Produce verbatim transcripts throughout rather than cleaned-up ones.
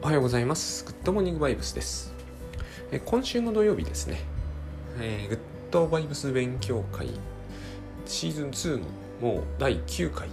おはようございます。グッドモーニングバイブスです。え今週の土曜日ですね、えー、グッドバイブス勉強会シーズンツーのもうだいきゅうかい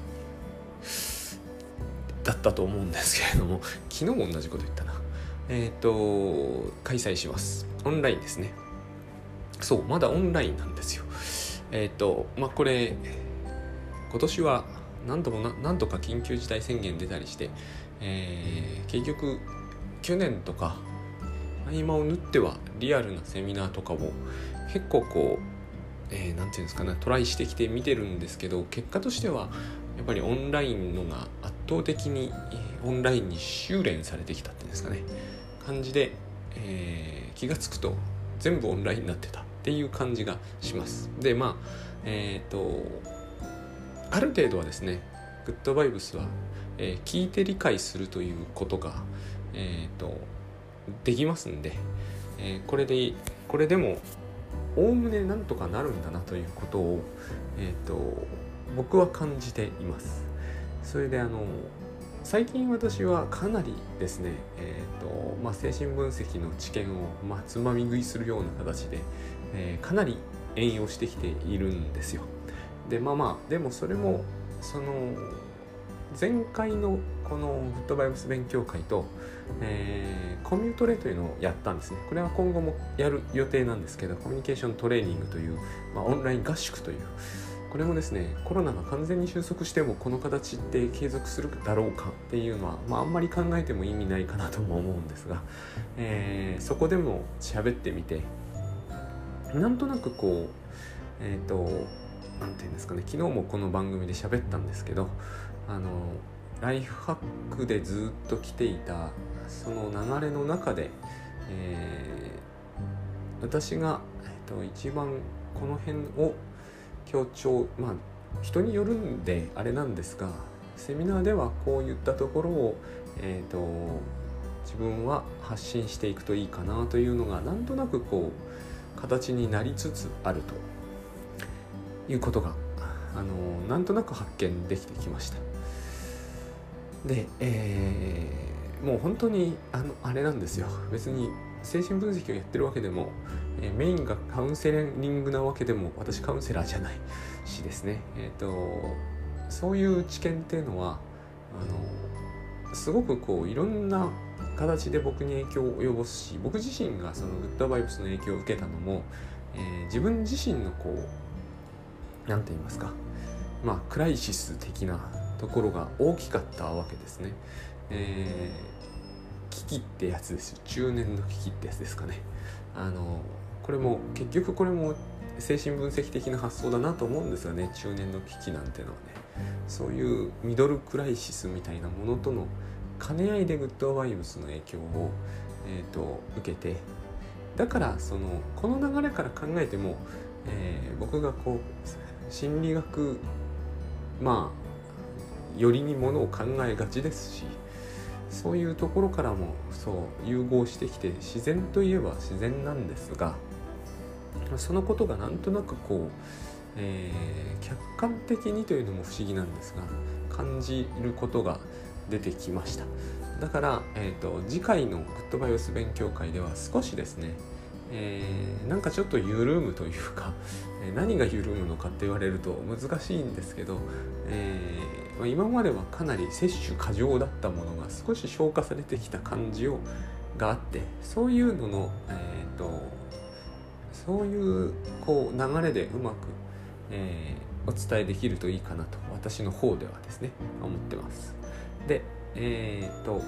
だったと思うんですけれども、昨日も同じこと言ったな。えっ、ー、と開催します。オンラインですね。そう、まだオンラインなんですよ。えっ、ー、とまあこれ今年は何度もな何とか緊急事態宣言出たりして、えー、結局去年とか合間を縫ってはリアルなセミナーとかを結構こう、えー、なんていうんですかね、トライしてきて見てるんですけど、結果としてはやっぱりオンラインのが圧倒的に、えー、オンラインに修練されてきたっていうんですかね、感じで、えー、気がつくと全部オンラインになってたっていう感じがします。でまあえっ、ー、とある程度はですね、グッドバイブスは、えー、聞いて理解するということが、えー、とできますんで、えー、これでこれでもおおむねなんとかなるんだなということを、えー、と僕は感じています。それであの最近私はかなりですね、えーとまあ、精神分析の知見を、まあ、つまみ食いするような形で、えー、かなり援用してきているんですよ。でまあまあでもそれもその前回のこのグッドバイブス勉強会と、えー、コミュトレというのをやったんですね。これは今後もやる予定なんですけど、コミュニケーショントレーニングという、まあ、オンライン合宿という、これもですね、コロナが完全に収束してもこの形って継続するだろうかっていうのは、まあ、あんまり考えても意味ないかなとも思うんですが、えー、そこでも喋ってみて、なんとなくこうえっ、ー、となんていうんですかね、昨日もこの番組で喋ったんですけど、あのライフハックでずっと来ていたその流れの中で、えー、私が、えー、と一番この辺を強調、まあ人によるんであれなんですが、セミナーではこういったところを、えー、と自分は発信していくといいかなというのがなんとなくこう形になりつつあるということが、あのなんとなく発見できてきました。で、えー、もう本当にあのあれなんですよ。別に精神分析をやってるわけでも、えー、メインがカウンセリングなわけでも、私カウンセラーじゃないしですね、えーと、そういう知見っていうのはあのすごくこういろんな形で僕に影響を及ぼすし、僕自身がそのグッドバイブスの影響を受けたのも、えー、自分自身のこうなんて言いますか、まあクライシス的なところが大きかったわけですね。えー、危機ってやつですよ。中年の危機ってやつですかね。あのこれも結局これも精神分析的な発想だなと思うんですがね、中年の危機なんてのはね、そういうミドルクライシスみたいなものとの兼ね合いでグッドバイブスの影響を、えーと、受けて、だからそのこの流れから考えても、えー、僕がこう心理学まあよりにものを考えがちですし、そういうところからもそう融合してきて、自然といえば自然なんですが、そのことがなんとなくこう、えー、客観的にというのも不思議なんですが感じることが出てきました。だから、えーと、次回のグッドバイブス勉強会では少しですね、えー、なんかちょっと緩むというか、えー、何が緩むのかって言われると難しいんですけど、えーまあ、今まではかなり摂取過剰だったものが少し消化されてきた感じをがあって、そういうのの、えー、とそういうこう流れでうまく、えー、お伝えできるといいかなと私の方ではですね思ってます。で、えー、と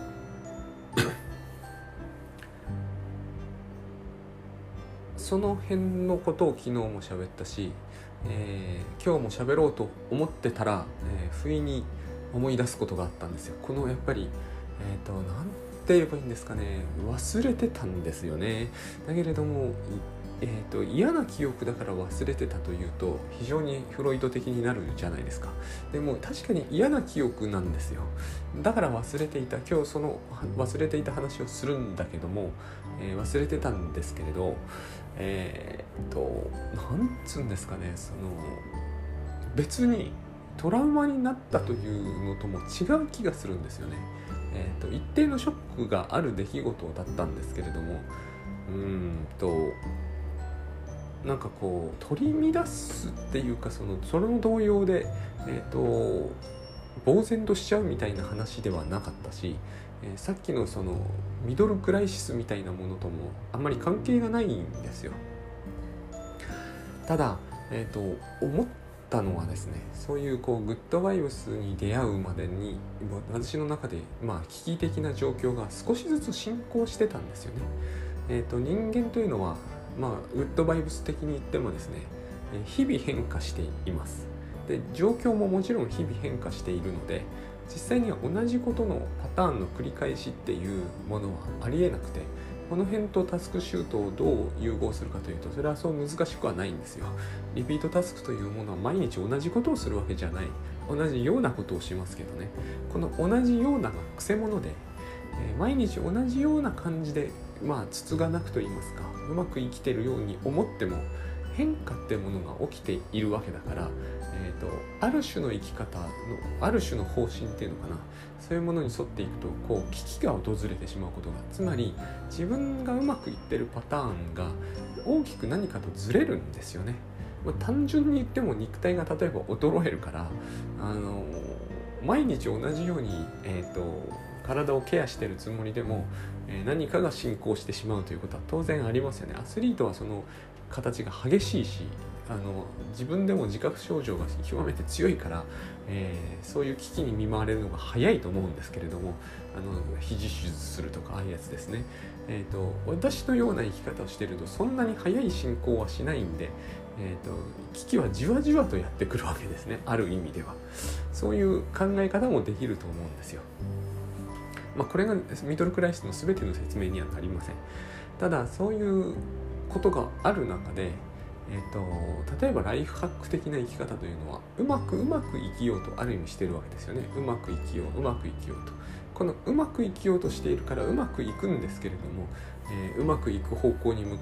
その辺のことを昨日も喋ったし、えー、今日も喋ろうと思ってたら、えー、不意に思い出すことがあったんですよ。このやっぱり、えーと、なんて言えばいいんですかね、忘れてたんですよね。だけれども、えーと、嫌な記憶だから忘れてたというと非常にフロイト的になるじゃないですか。でも確かに嫌な記憶なんですよ。だから忘れていた、今日その忘れていた話をするんだけども、えー、忘れてたんですけれど、えー、っとなんつうんですかね、その別にトラウマになったというのとも違う気がするんですよね。 えーと、一定のショックがある出来事だったんですけれども、うーんとなんかこう取り乱すっていうか、そのその動揺で、えーと呆然としちゃうみたいな話ではなかったし、えー、さっきのそのミドルクライシスみたいなものともあんまり関係がないんですよ。ただ、えーと思ったのはですね、そういうこうグッドバイブスに出会うまでに私の中でまあ危機的な状況が少しずつ進行してたんですよね。えーと人間というのはまあグッドバイブス的に言ってもですね、日々変化しています。で状況ももちろん日々変化しているので、実際には同じことのパターンの繰り返しっていうものはありえなくて、この辺とタスクシュートをどう融合するかというと、それはそう難しくはないんですよ。リピートタスクというものは毎日同じことをするわけじゃない、同じようなことをしますけどね、この同じようながくせ者で、えー、毎日同じような感じでまあつつがなくと言いますか、うまく生きてるように思っても変化っていうものが起きているわけだから、えーと、ある種の生き方のある種の方針っていうのかな、そういうものに沿っていくとこう危機が訪れてしまうことが、つまり自分がうまくいってるパターンが大きく何かとずれるんですよね。まあ、単純に言っても肉体が例えば衰えるから、あの毎日同じように、えーと、体をケアしてるつもりでも、えー、何かが進行してしまうということは当然ありますよね。アスリートはその形が激しいし、あの自分でも自覚症状が極めて強いから、えー、そういう危機に見舞われるのが早いと思うんですけれども、あの肘手術するとかああいうやつですね、えーと、私のような生き方をしているとそんなに早い進行はしないんで、えーと、危機はじわじわとやってくるわけですね。ある意味ではそういう考え方もできると思うんですよ。まあ、これがミドルクライシスの全ての説明にはなりません。ただそういうことがある中で、えーと、例えばライフハック的な生き方というのはうまくうまく生きようとある意味してるわけですよね。うまく生きよううまく生きようと、このうまく生きようとしているからうまくいくんですけれども、えー、うまくいく方向に沿って、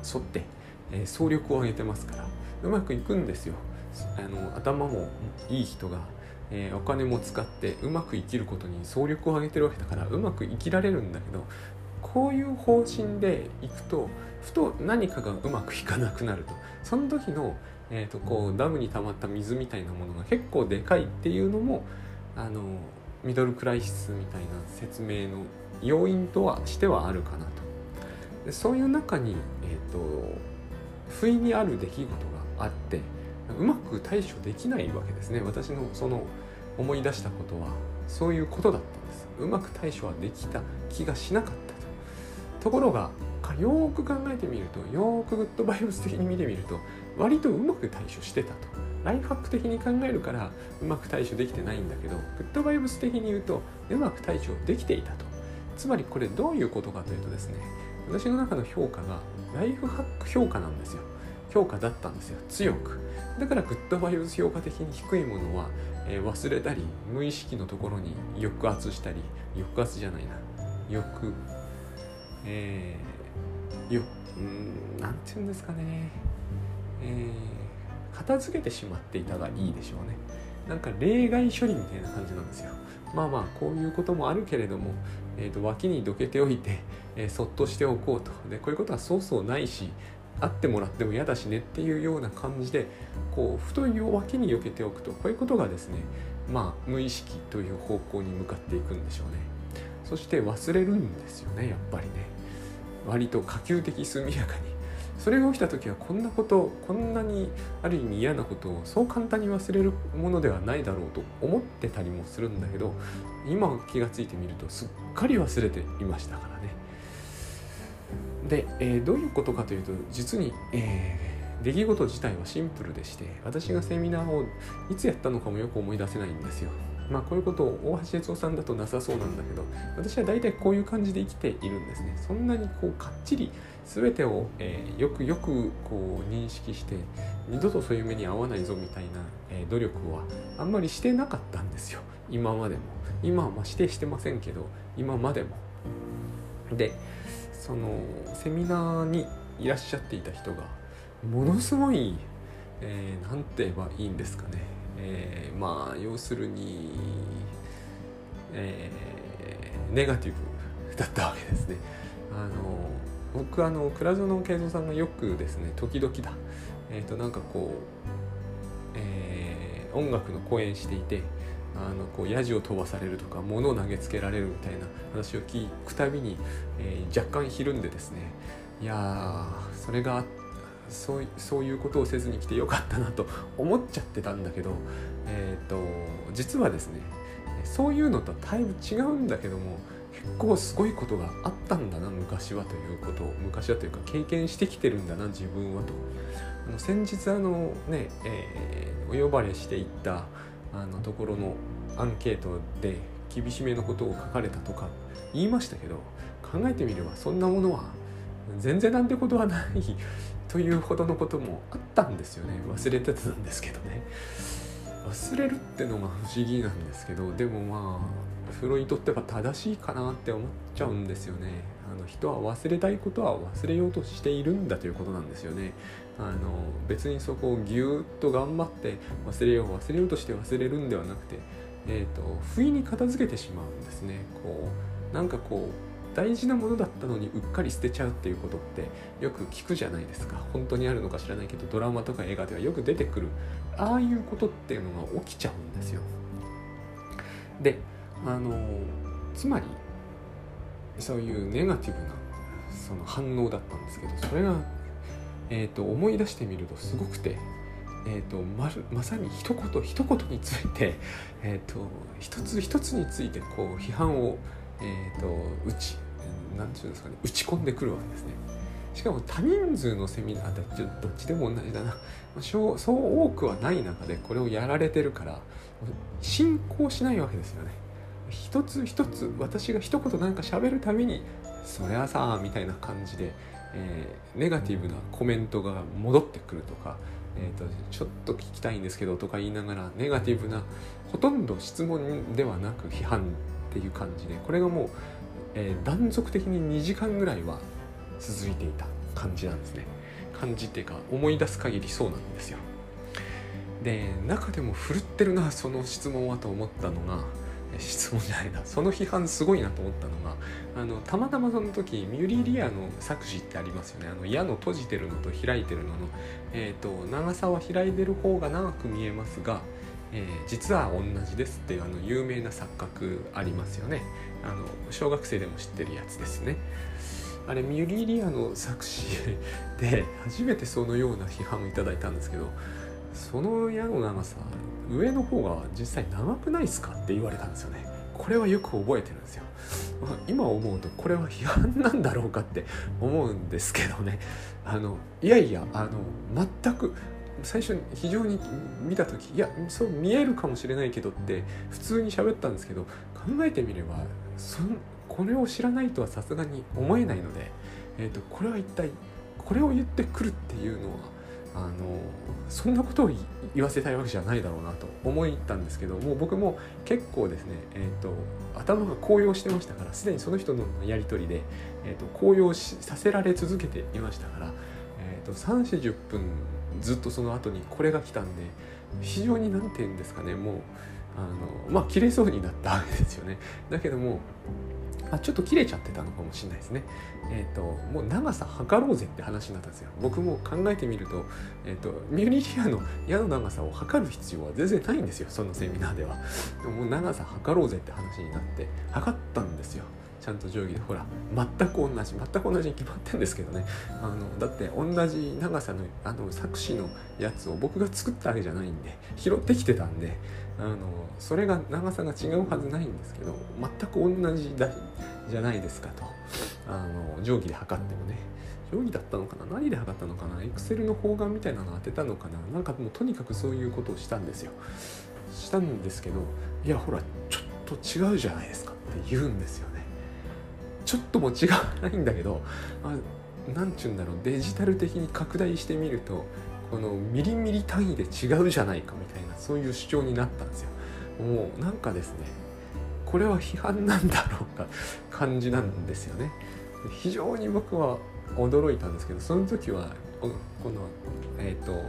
えー、総力を上げてますからうまくいくんですよ。あの頭もいい人が、えー、お金も使ってうまく生きることに総力を上げてるわけだからうまく生きられるんだけど、こういう方針でいくとふと何かがうまくいかなくなると、その時の、えー、とこうダムに溜まった水みたいなものが結構でかいっていうのも、あのミドルクライシスみたいな説明の要因とはしてはあるかなと。でそういう中に、えー、と不意にある出来事があってうまく対処できないわけですね。私のその思い出したことはそういうことだったんです。うまく対処はできた気がしなかったと。ところがよーく考えてみると、よーくグッドバイブス的に見てみると割とうまく対処してたと。ライフハック的に考えるからうまく対処できてないんだけど、グッドバイブス的に言うとうまく対処できていたと。つまりこれどういうことかというとですね、私の中の評価がライフハック評価なんですよ。評価だったんですよ、強く。だからグッドバイブス評価的に低いものは、えー、忘れたり無意識のところに抑圧したり、抑圧じゃないな抑えー、ようんなんていうんですかね、えー、片付けてしまっていたがいいでしょうね。なんか例外処理みたいな感じなんですよ。まあまあこういうこともあるけれども、えー、と脇にどけておいて、えー、そっとしておこうと。でこういうことはそうそうないし、会ってもらっても嫌だしねっていうような感じで、こうふと脇に避けておくと、こういうことがですね、まあ無意識という方向に向かっていくんでしょうね。そして忘れるんですよね、やっぱりね。割と可及的速やかに。それが起きた時はこんなこと、こんなにある意味嫌なことをそう簡単に忘れるものではないだろうと思ってたりもするんだけど、今気がついてみるとすっかり忘れていましたからね。で、えー、どういうことかというと、実に、えー、出来事自体はシンプルでして、私がセミナーをいつやったのかもよく思い出せないんですよ。まあこういうことを大橋哲夫さんだとなさそうなんだけど、私は大体こういう感じで生きているんですね。そんなにこうかっちり全てを、えー、よくよくこう認識して二度とそういう目に遭わないぞみたいな、えー、努力はあんまりしてなかったんですよ、今までも。今はまあ指定してませんけど、今までも。でそのセミナーにいらっしゃっていた人がものすごい、えー、なんて言えばいいんですかね、えー、まあ要するに、えー、 ネガティブだったわけですね。あの僕あの倉園慶三さんがよくですね時々だえっ、ー、となんかこう、えー、音楽の講演していてあのこうヤジを飛ばされるとか物を投げつけられるみたいな話を聞くたびに、えー、若干ひるんでですね、いやーそれがそう、そういうことをせずに来てよかったなと思っちゃってたんだけど、えー、と実はですねそういうのとはだいぶ違うんだけども結構すごいことがあったんだな昔はということを昔はというか経験してきてるんだな自分はと。あの先日あのね、えー、お呼ばれしていったあのところのアンケートで厳しめのことを書かれたとか言いましたけど、考えてみればそんなものは全然なんてことはないというほどのこともあったんですよね。忘れてたんですけどね。忘れるってのが不思議なんですけど、でもまあフロイトってやっぱ正しいかなって思っちゃうんですよね。あの人は忘れたいことは忘れようとしているんだということなんですよね。あの別にそこをぎゅーっと頑張って忘れよう忘れようとして忘れるんではなくて、えーと、不意に片付けてしまうんですね。こうなんかこう大事なものだったのにうっかり捨てちゃうっていうことってよく聞くじゃないですか。本当にあるのか知らないけどドラマとか映画ではよく出てくるああいうことっていうのが起きちゃうんですよ。で、あのつまりそういうネガティブなその反応だったんですけど、それが、えー、と思い出してみるとすごくて、えー、と ま, まさに一言一言について、えー、と一つ一つについてこう批判を、えー、と打ちなんていうんですかね打ち込んでくるわけですね。しかも多人数のセミナーだどっちでも同じだな、そう多くはない中でこれをやられてるから進行しないわけですよね。一つ一つ私が一言なんか喋るたびにそりゃさみたいな感じで、えー、ネガティブなコメントが戻ってくるとか、えーと、ちょっと聞きたいんですけどとか言いながらネガティブなほとんど質問ではなく批判っていう感じで、これがもう、えー、断続的ににじかんぐらいは続いていた感じなんですね。感じっていうか思い出す限りそうなんですよ。で、中でも振るってるなその質問はと思ったのが質問じゃないなその批判すごいなと思ったのが、あのたまたまその時ミュリリアの作詞ってありますよね。あの矢の閉じてるのと開いてるのの、えー、と長さは開いてる方が長く見えますが、えー、実は同じですっていうあの有名な錯覚ありますよね。あの小学生でも知ってるやつですね。あれミュリリアの作詞で初めてそのような批判をいただいたんですけど、その矢の長さ上の方が実際長くないですかって言われたんですよね。これはよく覚えてるんですよ。今思うとこれは批判なんだろうかって思うんですけどね。あのいやいやあの全く最初に非常に見た時いやそう見えるかもしれないけどって普通に喋ったんですけど、考えてみればそのこれを知らないとはさすがに思えないので、えーと、これは一体これを言ってくるっていうのはあのそんなことを言わせたいわけじゃないだろうなと思ったんですけど、もう僕も結構ですね、えーと、頭が高揚してましたから、すでにその人のやり取りで、えーと、高揚しさせられ続けていましたから、えーと、さんじゅう、よんじゅっぷんずっとその後にこれが来たんで、非常になんて言うんですかね、もうあのまあ切れそうになったわけですよね。だけどもあちょっと切れちゃってたのかもしれないですね。えーと、もう長さ測ろうぜって話になったんですよ。僕も考えてみると、えーと、ミュリリアの矢の長さを測る必要は全然ないんですよ、そのセミナーでは。でももう長さ測ろうぜって話になって測ったんですよ。ちゃんと定規でほら全く同じ全く同じに決まってるんですけどね。あのだって同じ長さのあの作詞のやつを僕が作ったわけじゃないんで拾ってきてたんで、あのそれが長さが違うはずないんですけど、全く同じだじゃないですかと。あの定規で測ってもね、定規だったのかな何で測ったのかな、エクセルの方眼みたいなの当てたのかな、なんかもうとにかくそういうことをしたんですよしたんですけど、いやほらちょっと違うじゃないですかって言うんですよね。ちょっとも違わないんだけど、あなんちゅうんだろう、デジタル的に拡大してみるとこのミリミリ単位で違うじゃないかみたいな、そういう主張になったんですよ。もうなんかですね、これは批判なんだろうか感じなんですよね。非常に僕は驚いたんですけど、その時はこの、えーと、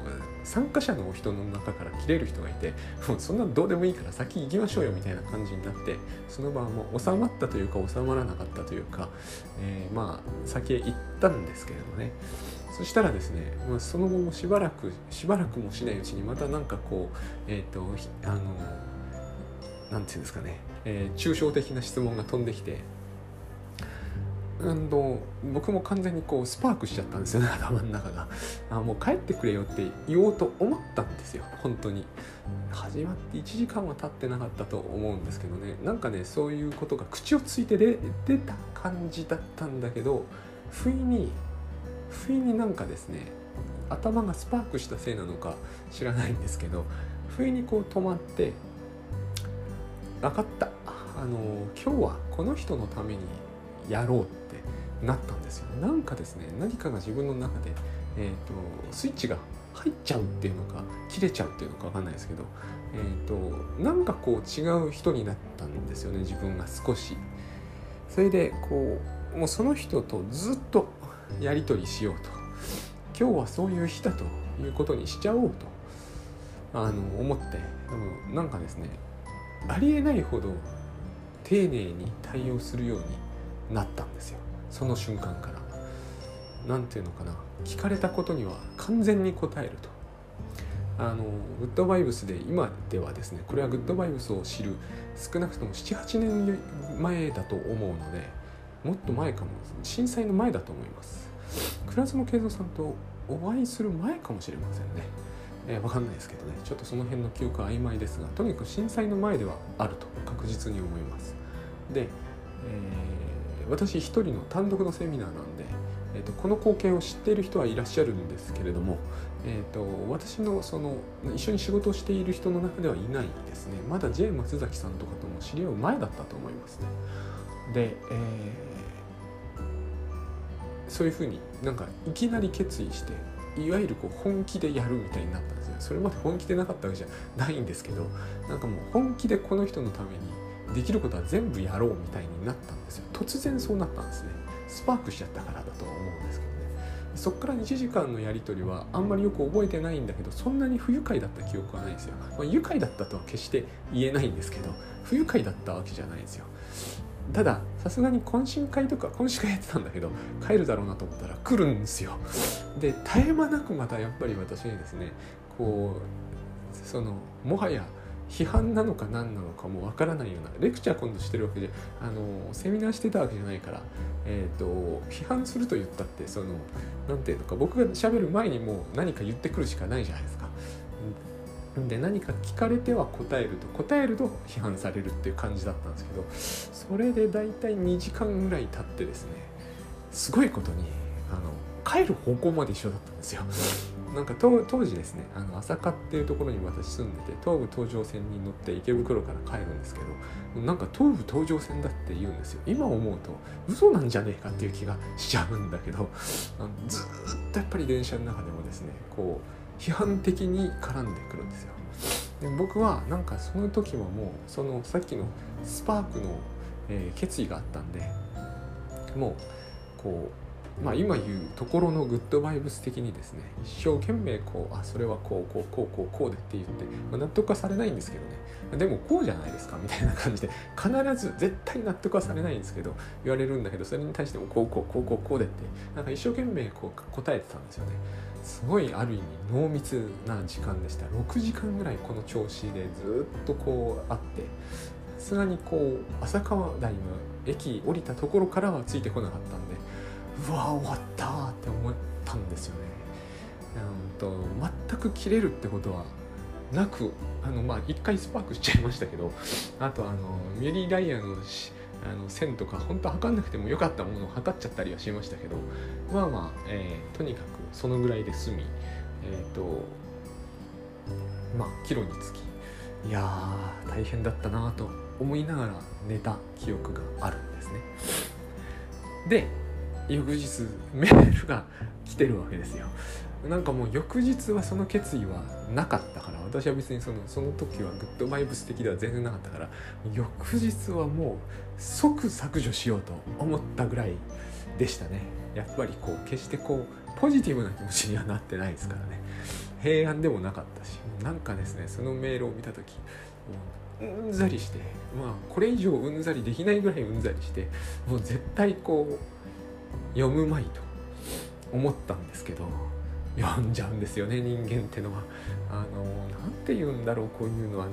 参加者の人の中から切れる人がいて、もうそんなのどうでもいいから先行きましょうよみたいな感じになって、その場はもう収まったというか収まらなかったというか、えー、まあ先へ行ったんですけれどもね。そしたらですね、まあ、その後もしばらくしばらくもしないうちにまたなんかこうえっ、ー、とあのなんていうんですかね、えー、抽象的な質問が飛んできて、あの僕も完全にこうスパークしちゃったんですよね、頭の中が。あ、もう帰ってくれよって言おうと思ったんですよ、本当に。始まっていちじかんは経ってなかったと思うんですけどね、なんかねそういうことが口をついて出た感じだったんだけど、不意に不意になんかですね、頭がスパークしたせいなのか知らないんですけど、不意にこう止まって、分かった、あの今日はこの人のためにやろうってなったんですよ。なんかですね、何かが自分の中で、えーと、スイッチが入っちゃうっていうのか切れちゃうっていうのか分かんないですけど、えーと、なんかこう違う人になったんですよね、自分が少し。それでこうもうその人とずっとやり取りしようと、今日はそういう日だということにしちゃおうとあの思って、でもなんかですね、ありえないほど丁寧に対応するようになったんですよ、その瞬間から。なんていうのかな、聞かれたことには完全に答えると。あのグッドバイブスで今ではですね、これはグッドバイブスを知る少なくとも ななはちねんまえだと思うので、もっと前かも、震災の前だと思います。倉園慶三さんとお会いする前かもしれませんね、えー、分かんないですけどね、ちょっとその辺の記憶は曖昧ですが、とにかく震災の前ではあると確実に思います。で、えー、私一人の単独のセミナーなんで、えー、とこの光景を知っている人はいらっしゃるんですけれども、えー、と私のその一緒に仕事をしている人の中ではいないですね。まだ J 松崎さんとかとも知り合う前だったと思いますね。で、えーそういうふうになんかいきなり決意して、いわゆるこう本気でやるみたいになったんですよ。それまで本気でなかったわけじゃないんですけど、なんかもう本気でこの人のためにできることは全部やろうみたいになったんですよ。突然そうなったんですね。スパークしちゃったからだとは思うんですけどね。そっからいちじかんのやり取りはあんまりよく覚えてないんだけど、そんなに不愉快だった記憶はないんですよ。まあ、愉快だったとは決して言えないんですけど、不愉快だったわけじゃないんですよ。たださすがに懇親会とか懇親会やってたんだけど、帰るだろうなと思ったら来るんですよ。で、絶え間なくまたやっぱり私にですね、こうそのもはや批判なのか何なのかもわからないような、レクチャー今度してるわけで、あのセミナーしてたわけじゃないから、えーと批判すると言ったって、そのなんていうのか、僕が喋る前にもう何か言ってくるしかないじゃないですか。で、何か聞かれては答えると、答えると批判されるっていう感じだったんですけど、それでだいたいにじかんぐらい経ってですね、すごいことにあの帰る方向まで一緒だったんですよ。なんか当時ですね、あの朝霞っていうところに私住んでて、東武東上線に乗って池袋から帰るんですけど、なんか東武東上線だって言うんですよ。今思うと嘘なんじゃねえかっていう気がしちゃうんだけど、あのずっとやっぱり電車の中でもですね、こう批判的に絡んでくるんですよ。で、僕はなんかその時はもうそのさっきのスパークの、えー、決意があったんで、もうこうまあ今言うところのグッドバイブス的にですね、一生懸命こうあそれはこうこうこうこうこうでって言って、まあ、納得はされないんですけどね、でもこうじゃないですかみたいな感じで、必ず絶対納得はされないんですけど言われるんだけど、それに対してもこうこうこうこうこうでってなんか一生懸命こう答えてたんですよね。すごいある意味濃密な時間でした。ろくじかんぐらいこの調子でずっとこうあって、さすがにこう浅川台の駅降りたところからはついてこなかったんで、うわ終わったって思ったんですよね。うんと全く切れるってことはなく、あのまあ一回スパークしちゃいましたけど、あとあのミュリーダイヤのあの線とか本当測んなくてもよかったものを測っちゃったりはしましたけど、まあまあ、えー、とにかくそのぐらいで済み、えっ、ー、とまあ帰路につき、いやー大変だったなと思いながら寝た記憶があるんですね。で、翌日メールが来てるわけですよ。なんかもう翌日はその決意はなかったから、私は別にそのその時はグッドバイブス的では全然なかったから、翌日はもう即削除しようと思ったぐらいでしたね。やっぱりこう決してこうポジティブな気持ちにはなってないですからね。 平安でもなかったし、なんかですねそのメールを見た時うんざりして、まあこれ以上うんざりできないぐらいうんざりして、もう絶対こう読むまいと思ったんですけど、読んじゃうんですよね人間ってのは。あのなんて言うんだろう、こういうのはね、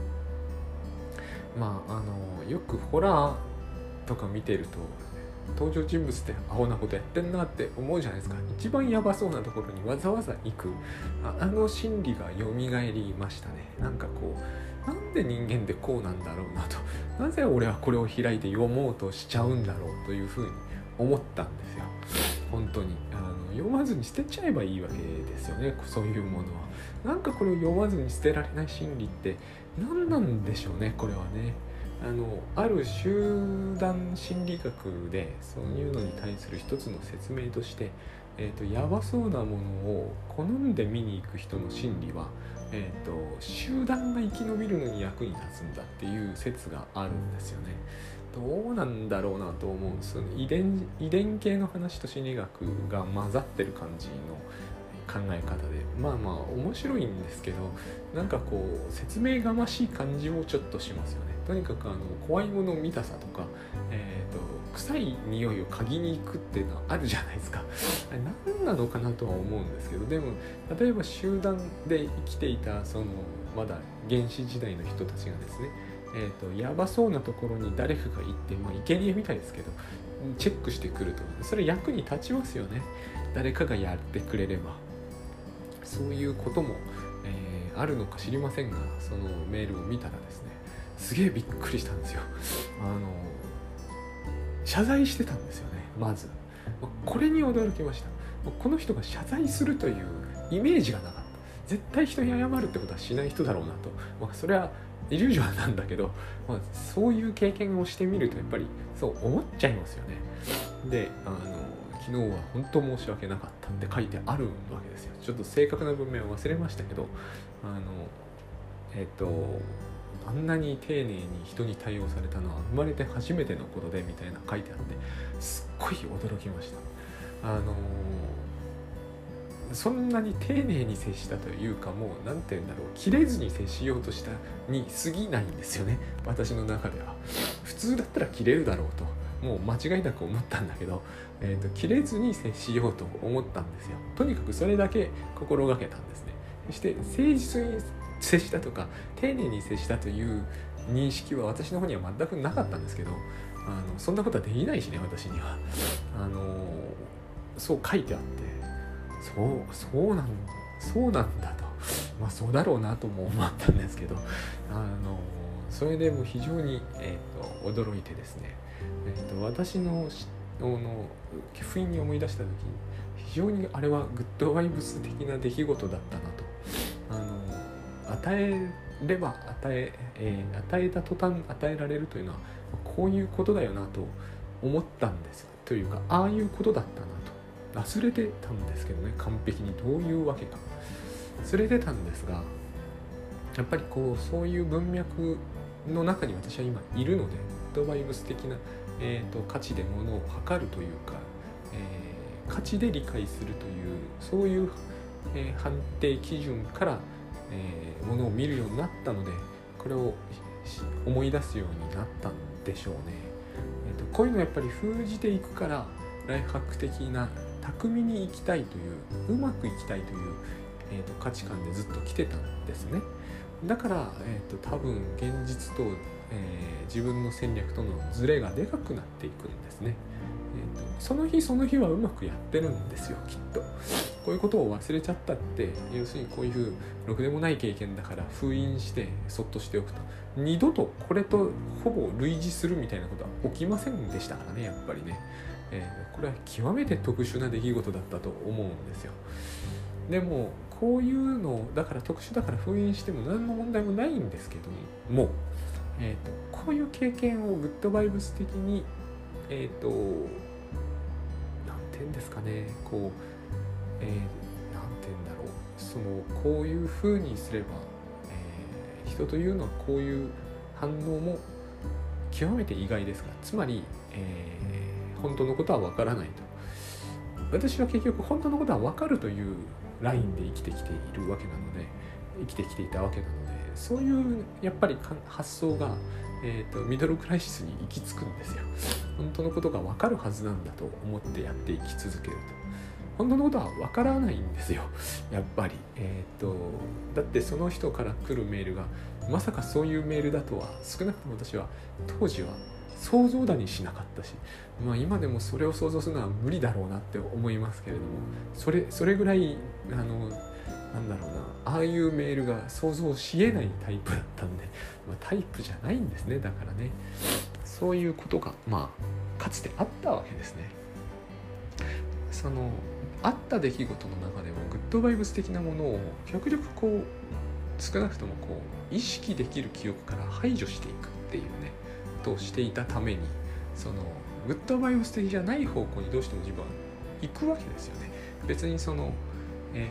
まああのよくホラーとか見てると登場人物ってアホなことやってんなって思うじゃないですか。一番ヤバそうなところにわざわざ行く あ, あの心理が蘇りましたね。なんかこう、なんで人間ってこうなんだろうなと、なぜ俺はこれを開いて読もうとしちゃうんだろうというふうに思ったんですよ。本当にあの読まずに捨てちゃえばいいわけですよね、そういうものは。なんかこれを読まずに捨てられない心理って何なんでしょうね、これはね。あのある集団心理学でそういうのに対する一つの説明として、えーと、やばそうなものを好んで見に行く人の心理は、えーと、集団が生き延びるのに役に立つんだっていう説があるんですよね。どうなんだろうなと思うんです。遺伝、遺伝系の話と心理学が混ざってる感じの考え方で、まあまあ面白いんですけど、なんかこう説明がましい感じもちょっとしますよね。とにかくあの怖いもの見たさとか、えーと、臭い匂いを嗅ぎに行くっていうのはあるじゃないですか。何なのかなとは思うんですけど、でも例えば集団で生きていたそのまだ原始時代の人たちがですね、えーと、やばそうなところに誰かが行って、まあ生贄みたいですけどチェックしてくると、それ役に立ちますよね。誰かがやってくれれば。そういうことも、えー、あるのか知りませんが、そのメールを見たらですね、すげえびっくりしたんですよ。あの謝罪してたんですよね。まずこれに驚きました。この人が謝罪するというイメージがなかった。絶対人に謝るってことはしない人だろうなと、まあ、それはイリュージョンなんだけど、まあ、そういう経験をしてみるとやっぱりそう思っちゃいますよね。で、あの昨日は本当申し訳なかったって書いてあるわけですよ。ちょっと正確な文面を忘れましたけど、あのえっとあんなに丁寧に人に対応されたのは生まれて初めてのことでみたいな書いてあって、すっごい驚きました。あのそんなに丁寧に接したというか、もうなんて言うんだろう、切れずに接しようとしたに過ぎないんですよね、私の中では。普通だったら切れるだろうともう間違いなく思ったんだけど、えーと、切れずに接しようと思ったんですよ。とにかくそれだけ心がけたんですね。そして誠実に接したとか丁寧に接したという認識は私の方には全くなかったんですけど、あのそんなことはできないしね、私には。あのそう書いてあって、そうそうなんそうなんだと、まあそうだろうなとも思ったんですけど、あのそれでも非常に、えー、と驚いてですね、えー、と私のの不意に思い出した時に非常にあれはグッドバイブス的な出来事だったなと。あの与えれば与ええー、与えた途端与えられるというのはこういうことだよなと思ったんですよ。というかああいうことだったなと忘れてたんですけどね、完璧にどういうわけか忘れてたんですが、やっぱりこうそういう文脈の中に私は今いるので、グッドバイブス的な、えー、と価値でものを測るというか、えー、価値で理解するというそういう、えー、判定基準から、えー、ものを見るようになったので、これを思い出すようになったんでしょうね。えー、とこういうのやっぱり封じていくからライフハック的な巧みに生きたいといううまく生きたいという、えー、と価値観でずっと来てたんですね。だから、えー、と多分現実と、えー、自分の戦略とのズレがでかくなっていくんですね。えー、とその日その日はうまくやってるんですよ、きっと。こういうことを忘れちゃったって、要するにこういうろくでもない経験だから封印してそっとしておくと、二度とこれとほぼ類似するみたいなことは起きませんでしたからね、やっぱりね。えー、これは極めて特殊な出来事だったと思うんですよ。でもこういうのだから特殊だから封印しても何の問題もないんですけども、えー、とこういう経験をグッドバイブス的にえっ、ー、となんて言うんですかね、こう、えー、なんて言うんだろう、そのこういう風にすれば、えー、人というのはこういう反応も極めて意外ですが、つまり、えー、本当のことはわからないと。私は結局本当のことは分かるというラインで生きてきているわけなので生きてきていたわけなので、そういうやっぱり発想が、えーと、ミドルクライシスに行き着くんですよ。本当のことが分かるはずなんだと思ってやっていき続けると本当のことは分からないんですよ、やっぱり。えーと、だってその人から来るメールがまさかそういうメールだとは少なくとも私は当時は想像だにしなかったし、まあ、今でもそれを想像するのは無理だろうなって思いますけれども、それそれぐらいあのなんだろうな、ああいうメールが想像しえないタイプだったんで、まあ、タイプじゃないんですね。だからね、そういうことがまあかつてあったわけですね。そのあった出来事の中でもグッドバイブス的なものを極力こう少なくともこう意識できる記憶から排除していくっていうねとしていたために、そのグッドバイブス的じゃない方向にどうしても自分は行くわけですよね。別にその、え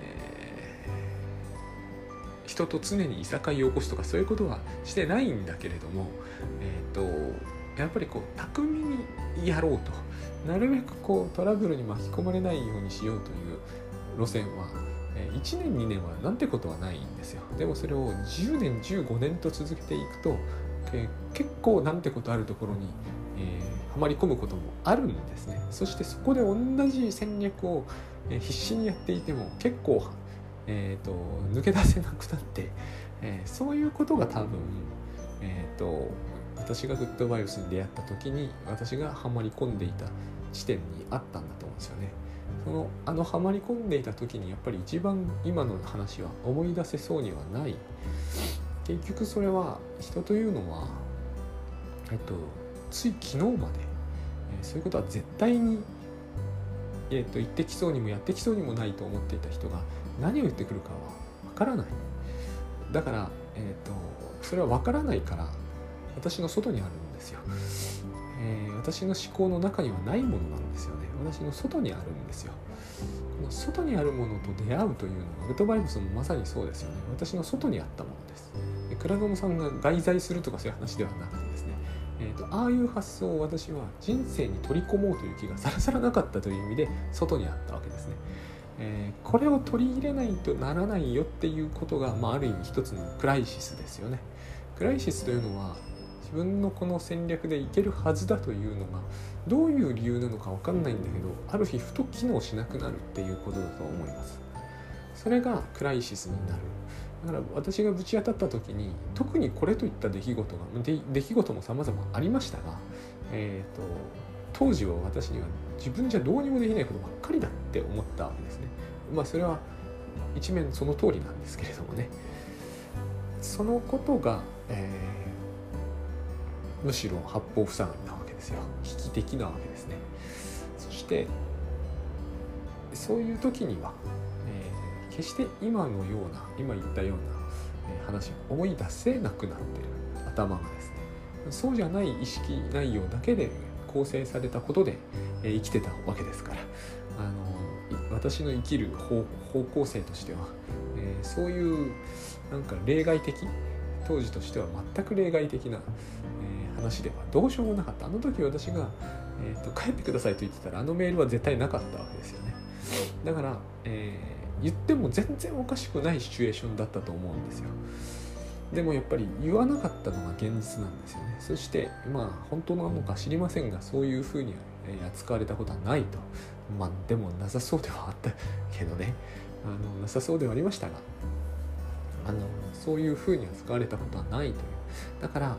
ー、人と常にいさかいを起こすとかそういうことはしてないんだけれども、えーと、やっぱりこう巧みにやろうと、なるべくこうトラブルに巻き込まれないようにしようという路線はいちねんにねんはなんてことはないんですよ。でもそれをじゅうねんじゅうごねんと続けていくと、えー、結構なんてことあるところに、えー、はまり込むこともあるんですね。そしてそこで同じ戦略を、えー、必死にやっていても結構、えー、と抜け出せなくなって、えー、そういうことが多分、えー、と私がグッドバイブスに出会った時に私がはまり込んでいた地点にあったんだと思うんですよね。そのあのはまり込んでいた時にやっぱり一番今の話は思い出せそうにはない。結局それは人というのは、えっと、つい昨日まで、えー、そういうことは絶対に、えっと、言ってきそうにもやってきそうにもないと思っていた人が何を言ってくるかはわからない。だから、えっと、それはわからないから私の外にあるんですよ。えー、私の思考の中にはないものなんですよね。私の外にあるんですよ。この外にあるものと出会うというのがグッドバイブスもまさにそうですよね。私の外にあったものです。倉園さんが外在するとかそういう話ではなくてですね、えーと、ああいう発想を私は人生に取り込もうという気がさらさらなかったという意味で外にあったわけですね。えー、これを取り入れないとならないよっていうことが、まあ、ある意味一つのクライシスですよね。クライシスというのは自分のこの戦略でいけるはずだというのがどういう理由なのか分かんないんだけど、ある日ふと機能しなくなるっていうことだと思います。それがクライシスになる。だから私がぶち当たった時に特にこれといった出来事が出来事も様々ありましたが、えーと、当時は私には自分じゃどうにもできないことばっかりだって思ったわけですね。まあそれは一面その通りなんですけれどもね、そのことが、えー、むしろ八方塞がりなわけですよ。危機的なわけですね。そしてそういう時には決して今のような今言ったような話を思い出せなくなっている頭がですね、そうじゃない意識内容だけで構成されたことで生きてたわけですから、あの私の生きる 方, 方向性としては、えー、そういうなんか例外的、当時としては全く例外的な、えー、話ではどうしようもなかった。あの時私が、えーと、帰ってくださいと言ってたらあのメールは絶対なかったわけですよね。だから、えー言っても全然おかしくないシチュエーションだったと思うんですよ。でもやっぱり言わなかったのが現実なんですよね。そしてまあ本当なのか知りませんが、そういうふうに扱われたことはないと。まあでもなさそうではあったけどね、あのなさそうではありましたが、あのそういうふうに扱われたことはないという。だから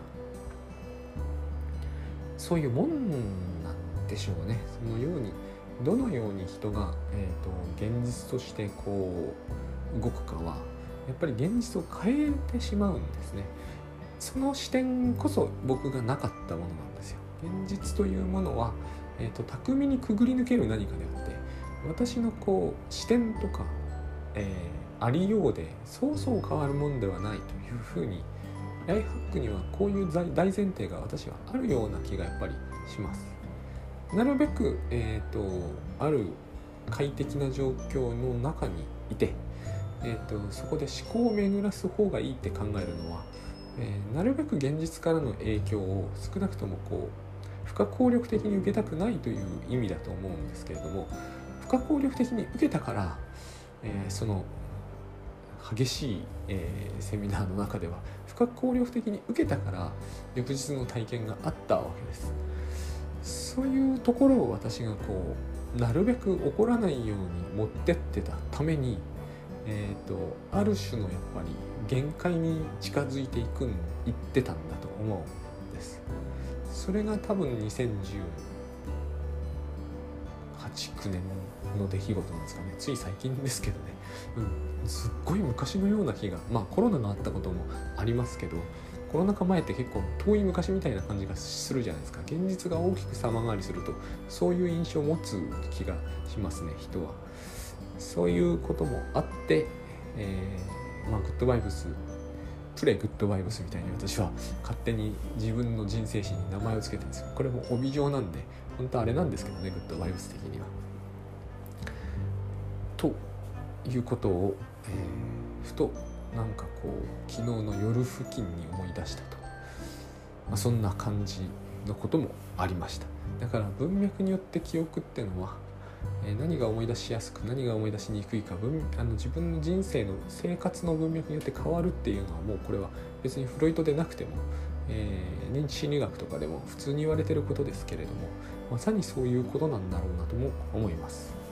そういうもんなんでしょうね。そのようにどのように人が、えーと、現実としてこう動くかはやっぱり現実を変えてしまうんですね。その視点こそ僕がなかったものなんですよ。現実というものは、えーと、巧みにくぐり抜ける何かであって、私のこう視点とか、えー、ありようでそうそう変わるものではないというふうに、ライフハックにはこういう大前提が私はあるような気がやっぱりします。なるべく、えーと、ある快適な状況の中にいて、えーと、そこで思考を巡らす方がいいって考えるのは、えー、なるべく現実からの影響を少なくともこう不可抗力的に受けたくないという意味だと思うんですけれども、不可抗力的に受けたから、 えー、その激しい、えー、セミナーの中では不可抗力的に受けたから翌日の体験があったわけです。そういうところを私がこうなるべく起こらないように持ってってたために、えーと、ある種のやっぱり限界に近づいていくんいってたんだと思うんです。それが多分にせんじゅうはち、きゅうねんの出来事なんですかね。つい最近ですけどね、うん、すっごい昔のような気が、まあコロナがあったこともありますけど、コロナ禍前って結構遠い昔みたいな感じがするじゃないですか。現実が大きく様変わりするとそういう印象を持つ気がしますね、人は。そういうこともあって、えーまあ、グッドバイブスプレグッドバイブスみたいに私は勝手に自分の人生史に名前を付けてるんですよ。これも帯状なんで本当あれなんですけどね、グッドバイブス的には。ということを、えー、ふとなんかこう昨日の夜付近に思い出したと、まあ、そんな感じのこともありました。だから文脈によって記憶ってのは、えー、何が思い出しやすく何が思い出しにくいか、文あの自分の人生の生活の文脈によって変わるっていうのはもうこれは別にフロイトでなくても、えー、認知心理学とかでも普通に言われていることですけれども、まさにそういうことなんだろうなとも思います。